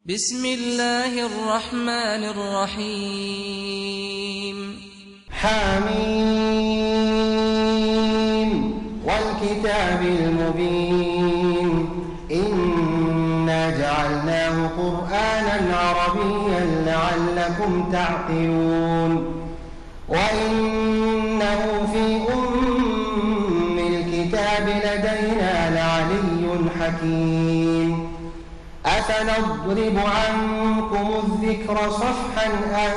بسم الله الرحمن الرحيم حميم والكتاب المبين إنا جعلناه قرآنا عربيا لعلكم تعقلون وإنه في أم الكتاب لدينا لعلي حكيم أفنضرب عنكم الذكر صفحا أن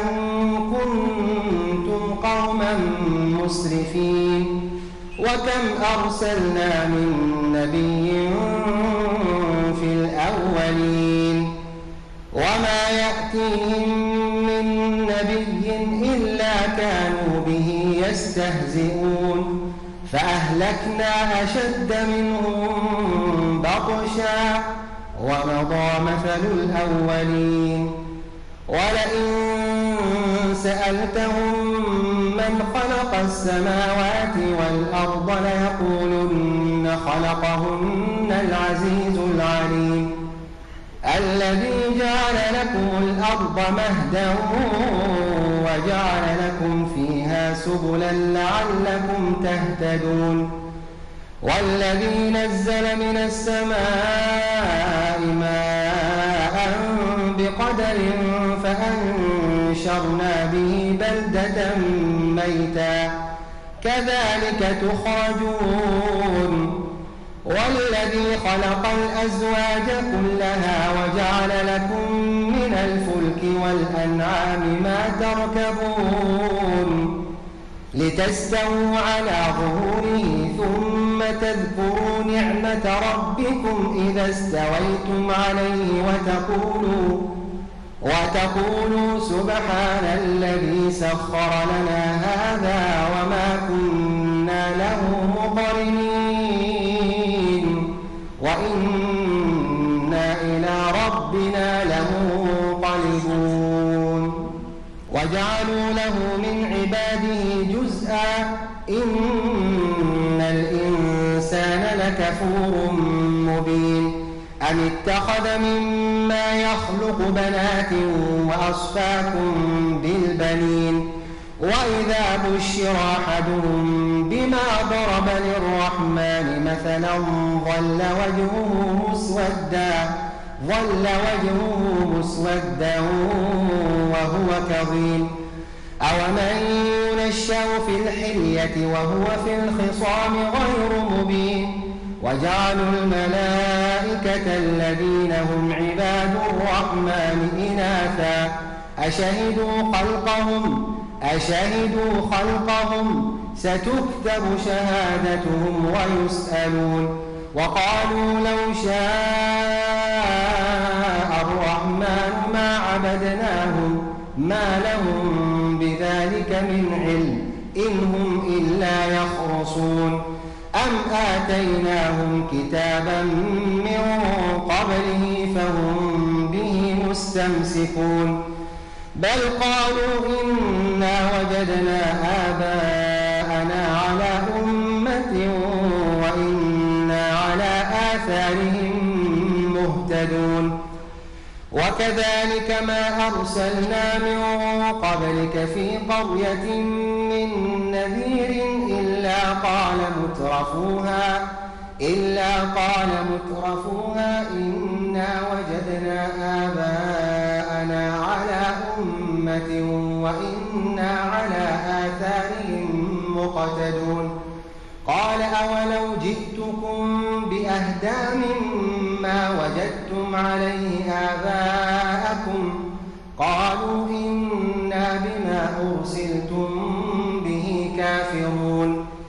كنتم قوما مسرفين وكم أرسلنا من نبي في الأولين وما يأتيهم من نبي إلا كانوا به يستهزئون فأهلكنا أشد منهم بطشا ومضى مثل الأولين ولئن سألتهم من خلق السماوات والأرض ليقولن خلقهن العزيز العليم الذي جعل لكم الأرض مهدا وجعل لكم فيها سبلا لعلكم تهتدون والذي نزل من السماء ماء بقدر فأنشرنا به بلدة ميتا كذلك تخرجون والذي خلق الأزواج كلها وجعل لكم من الفلك والأنعام ما تركبون لتستووا على ظهوره ثم تذكروا نعمة ربكم إذا استويتم عليه وتقولوا سبحان الذي سخر لنا هذا وما كنا له مقرنين وإنا إلى ربنا لمنقلبون وجعلوا له من عباده جزءا إن الإنسان لكفور مبين أم اتخذ مما يخلق بنات وأصفاكم بالبنين وإذا بشر أحدهم بما ضرب للرحمن مثلا ظل وجهه مسودا وهو كظيم أومن ينشأ في الحلية وهو في الخصام غير مبين وجعلوا الملائكة الذين هم عباد الرحمن إناثا أشهدوا خلقهم ستكتب شهادتهم ويسألون وقالوا لو شاء الرحمن ما عبدناهم ما لهم بذلك من علم إن هم إلا يخرصون أم آتيناهم كتابا من قبله فهم به مستمسكون بل قالوا إنا وجدنا آباءنا على أمة وإنا على آثارهم مهتدون وكذلك ما أرسلنا من قبلك في قرية من نذير إلا قال مترفوها إنا وجدنا آباءنا على أمة وإنا على آثارهم مقتدون قال أولو جئتكم بأهدى مما وجدتم عليه آباءكم قالوا إنا بما أرسلتم به كافرون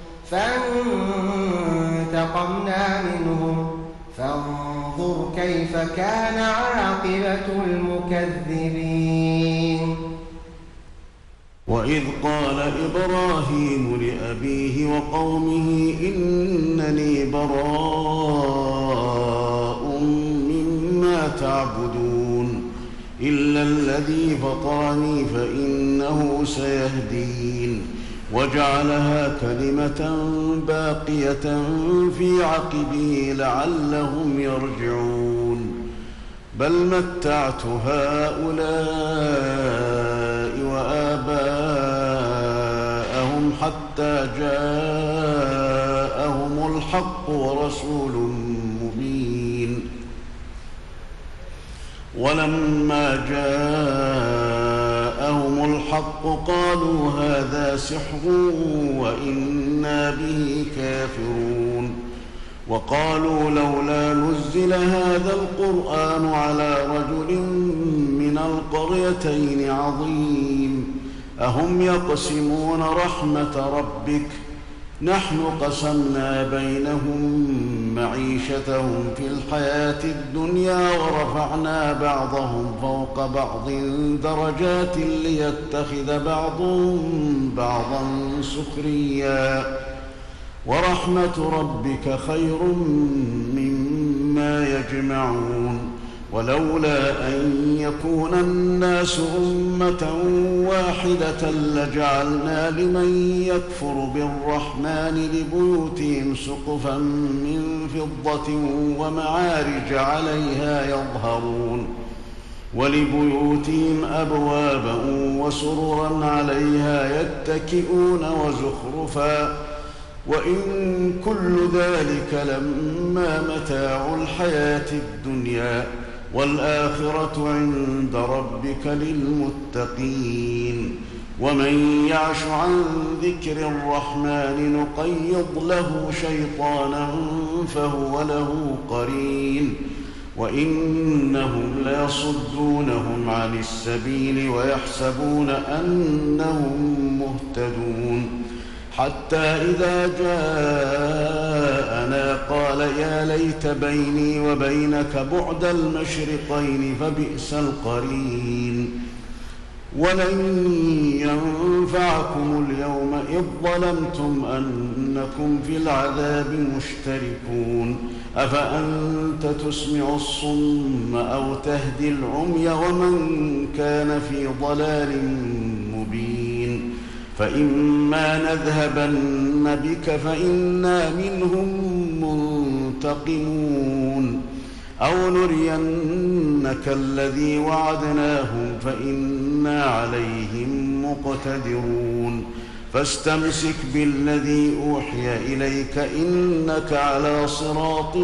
فانتقمنا منهم فانظر كيف كان عاقبة المكذبين وإذ قال إبراهيم لأبيه وقومه إنني براء مما تعبدون إلا الذي فطرني فإنه سيهدين وجعلها كلمة باقية في عقبه لعلهم يرجعون بل متعت هؤلاء وآباءهم حتى جاءهم الحق ورسول مبين. ولما جاءهم الحق قالوا هذا سحر وإنا به كافرون. وقالوا لولا نزل هذا القرآن على رجل من القريتين عظيم أهم يقسمون رحمة ربك نحن قسمنا بينهم معيشتهم في الحياة الدنيا ورفعنا بعضهم فوق بعض درجات ليتخذ بعضهم بعضا سخريا ورحمة ربك خير مما يجمعون. ولولا أن يكون الناس أمة واحدة لجعلنا لمن يكفر بالرحمن لبيوتهم سقفا من فضة ومعارج عليها يظهرون ولبيوتهم أبوابا وسررا عليها يتكئون وزخرفا وإن كل ذلك لما متاع الحياة الدنيا والآخرة عند ربك للمتقين. ومن يعش عن ذكر الرحمن نقيض له شيطانا فهو له قرين وإنهم ليصدونهم عن السبيل ويحسبون أنهم مهتدون حتى إذا جاءنا قال يا ليت بيني وبينك بعد المشرقين فبئس القرين. ولن ينفعكم اليوم إذ ظلمتم أنكم في العذاب مشتركون. أفأنت تسمع الصم أو تهدي العمي ومن كان في ضلال مبين. فإما نذهبن بك فإنا منهم منتقمون أو نرينك الذي وعدناهم فإنا عليهم مقتدرون. فاستمسك بالذي أوحي إليك إنك على صراط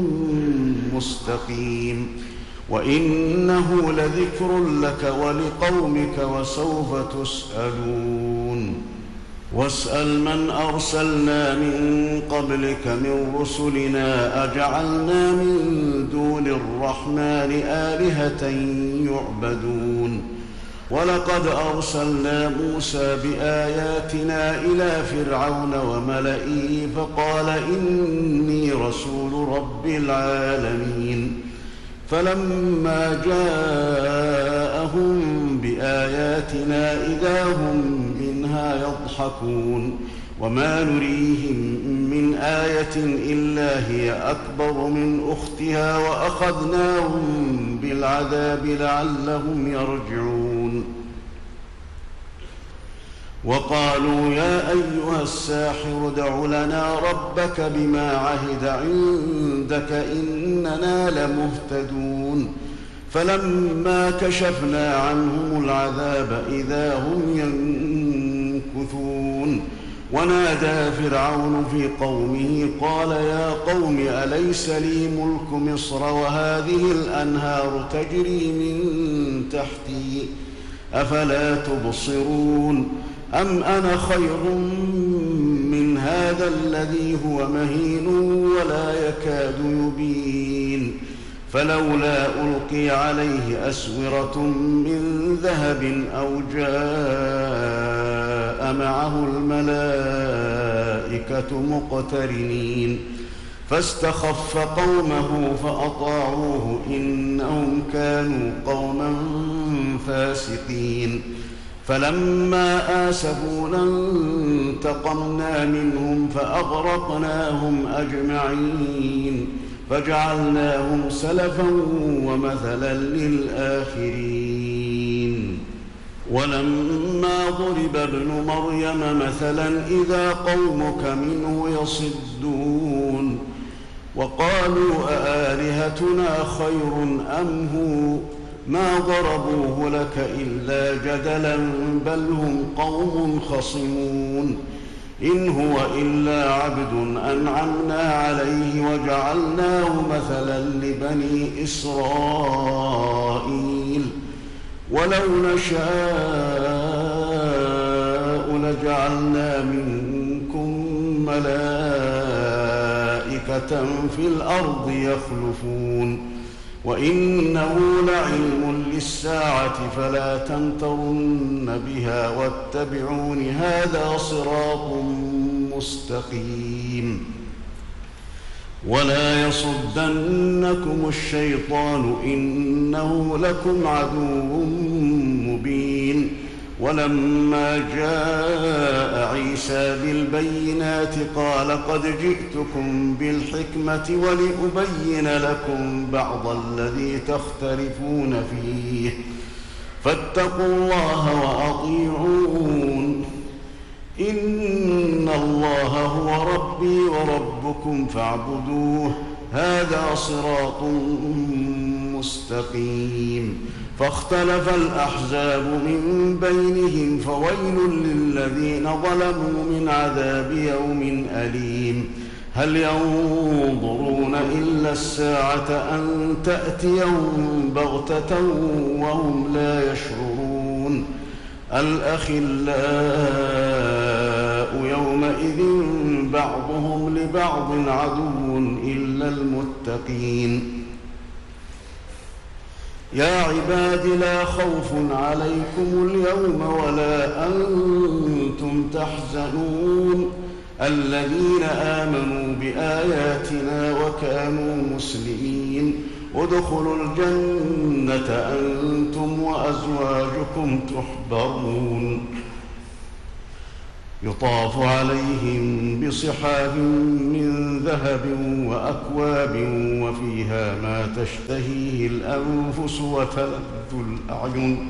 مستقيم وإنه لذكر لك ولقومك وسوف تسألون. واسأل من أرسلنا من قبلك من رسلنا أجعلنا من دون الرحمن آلهة يعبدون. ولقد أرسلنا موسى بآياتنا إلى فرعون وملئه فقال إني رسول رب العالمين. فلما جاءهم بآياتنا إذا هم منها يضحكون وما نريهم من آية إلا هي أكبر من أختها وأخذناهم بالعذاب لعلهم يرجعون. وقالوا يا أيها الساحر ادع لنا ربك بما عهد عندك إننا لمهتدون. فلما كشفنا عنهم العذاب إذا هم ينكثون. ونادى فرعون في قومه قال يا قوم أليس لي ملك مصر وهذه الأنهار تجري من تحتي أفلا تبصرون أم أنا خير من هذا الذي هو مهين ولا يكاد يبين. فلولا ألقي عليه أسورة من ذهب أو جاء معه الملائكة مقترنين. فاستخف قومه فأطاعوه إنهم كانوا قوما فاسقين. فلما آسفونا انتقمنا منهم فأغرقناهم أجمعين فجعلناهم سلفا ومثلا للآخرين. ولما ضرب ابن مريم مثلا إذا قومك منه يصدون. وقالوا أآلهتنا خير أم هو ما ضربوه لك إلا جدلا بل هم قوم خصمون إن هو إلا عبد أنعمنا عليه وجعلناه مثلا لبني إسرائيل ولو نشاء لجعلنا منكم ملائكة في الأرض يخلفون وإنه لعلم للساعة فلا تمترن بها واتبعون هذا صراط مستقيم ولا يصدنكم الشيطان إنه لكم عدو مبين ولما جاء عيسى بالبينات قال قد جئتكم بالحكمة ولأبين لكم بعض الذي تختلفون فيه فاتقوا الله وأطيعون إن الله هو ربي وربكم فاعبدوه هذا صراط مستقيم فاختلف الأحزاب من بينهم فويل للذين ظلموا من عذاب يوم أليم هل ينظرون إلا الساعة أن تأتيهم بغتة وهم لا يشعرون الأخلاء يومئذ بعضهم لبعض عدو إلا المتقين يا عباد لا خوف عليكم اليوم ولا أنتم تحزنون الذين آمنوا بآياتنا وكانوا مسلمين ادخلوا الجنة أنتم وأزواجكم تحبرون يطاف عليهم بصحاف من ذهب وأكواب وفيها ما تشتهيه الأنفس وتلذ الأعين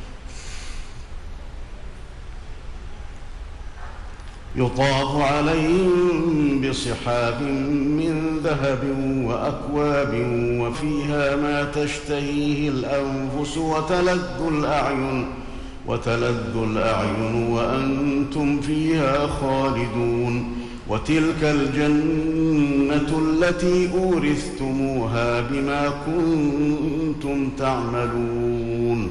يطاف عليهم بصحاف من ذهب وأكواب وفيها ما تشتهيه الأنفس وتلذ الأعين وأنتم فيها خالدون وتلك الجنة التي أورثتموها بما كنتم تعملون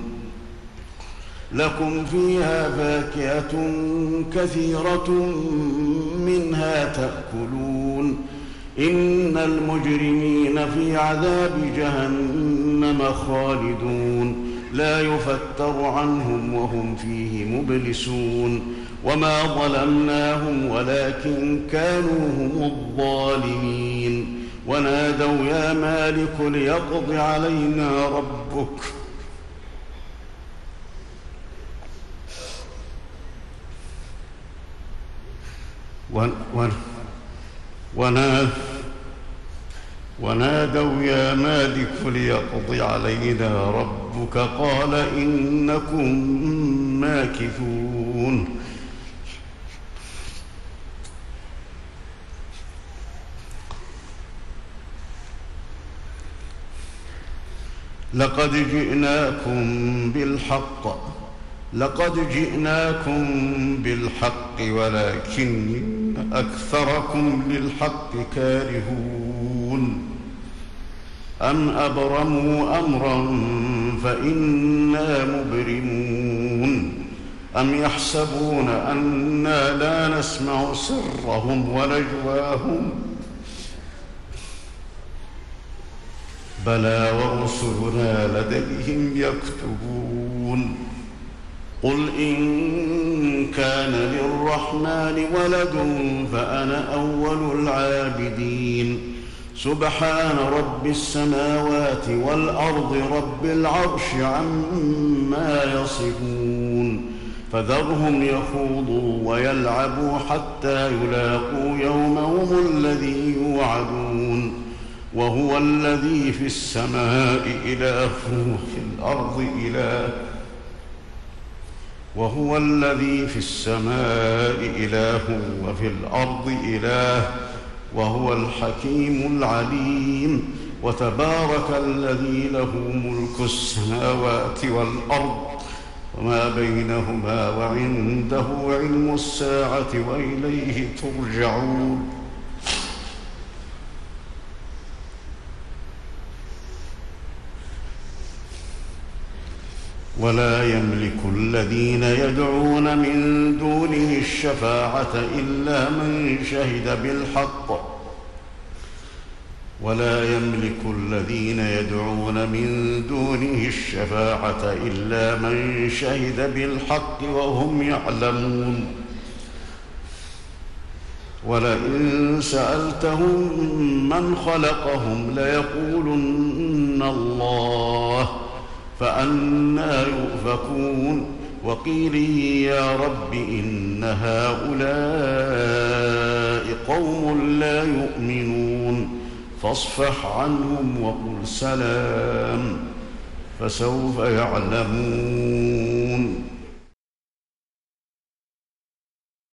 لكم فيها فاكهة كثيرة منها تأكلون إن المجرمين في عذاب جهنم خالدون لا يفتر عنهم وهم فيه مبلسون وما ظلمناهم ولكن كانوا هم الظالمين ونادوا يا مالك ليقض علينا ربك ونادوا يا مالك ليقض علينا ربك قال إنكم ماكثون لقد جئناكم بالحق ولكن أكثركم للحق كارهون أم أبرموا أمرا فإنا مبرمون أم يحسبون أنا لا نسمع سرهم ونجواهم بلى ورسلنا لديهم يكتبون قل إن كان للرحمن ولد فأنا أول العابدين سبحان رب السماوات والأرض رب العرش عما يصفون فذرهم يخوضوا ويلعبوا حتى يلاقوا يومهم الذي يوعدون وهو الذي في السماء إله وفي الأرض إله وهو الذي في السماء إله وفي الأرض إله وهو الحكيم العليم. وتبارك الذي له ملك السماوات والأرض وما بينهما وعنده علم الساعة وإليه ترجعون. ولا يملك الذين يدعون من دونه الشفاعة إلا من شهد بالحق ولا يملك الذين يدعون من دونه الشفاعة إلا من شهد بالحق وهم يعلمون. ولئن سألتهم من خلقهم ليقولن الله فأنى يؤفكون. وقيل يا رب إن هؤلاء قوم لا يؤمنون فاصفح عنهم وقل سلام فسوف يعلمون.